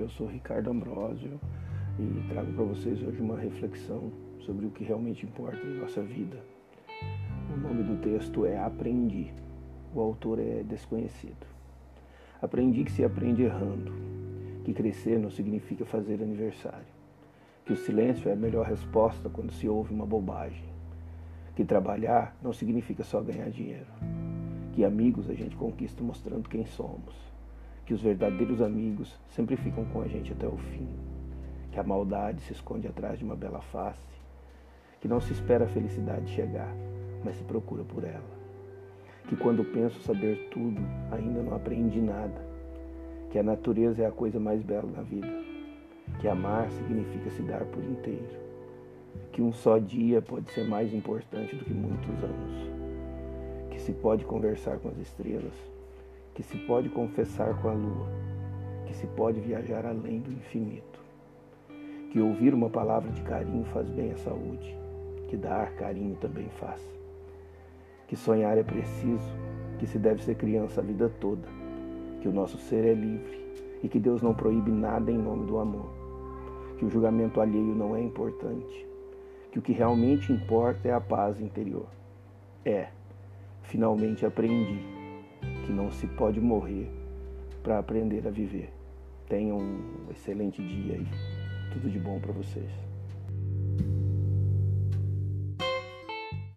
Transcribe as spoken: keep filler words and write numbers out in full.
Eu sou Ricardo Ambrosio e trago para vocês hoje uma reflexão sobre o que realmente importa em nossa vida. O nome do texto é Aprendi. O autor é desconhecido. Aprendi que se aprende errando, que crescer não significa fazer aniversário, que o silêncio é a melhor resposta quando se ouve uma bobagem, que trabalhar não significa só ganhar dinheiro, que amigos a gente conquista mostrando quem somos, que os verdadeiros amigos sempre ficam com a gente até o fim, que a maldade se esconde atrás de uma bela face, que não se espera a felicidade chegar, mas se procura por ela, que quando penso saber tudo, ainda não aprendi nada, que a natureza é a coisa mais bela da vida, que amar significa se dar por inteiro, que um só dia pode ser mais importante do que muitos anos, que se pode conversar com as estrelas, que se pode confessar com a lua, que se pode viajar além do infinito, que ouvir uma palavra de carinho faz bem à saúde, que dar carinho também faz, que sonhar é preciso, que se deve ser criança a vida toda, que o nosso ser é livre e que Deus não proíbe nada em nome do amor, que o julgamento alheio não é importante, que o que realmente importa é a paz interior. É, finalmente aprendi que não se pode morrer para aprender a viver. Tenham um excelente dia e tudo de bom para vocês.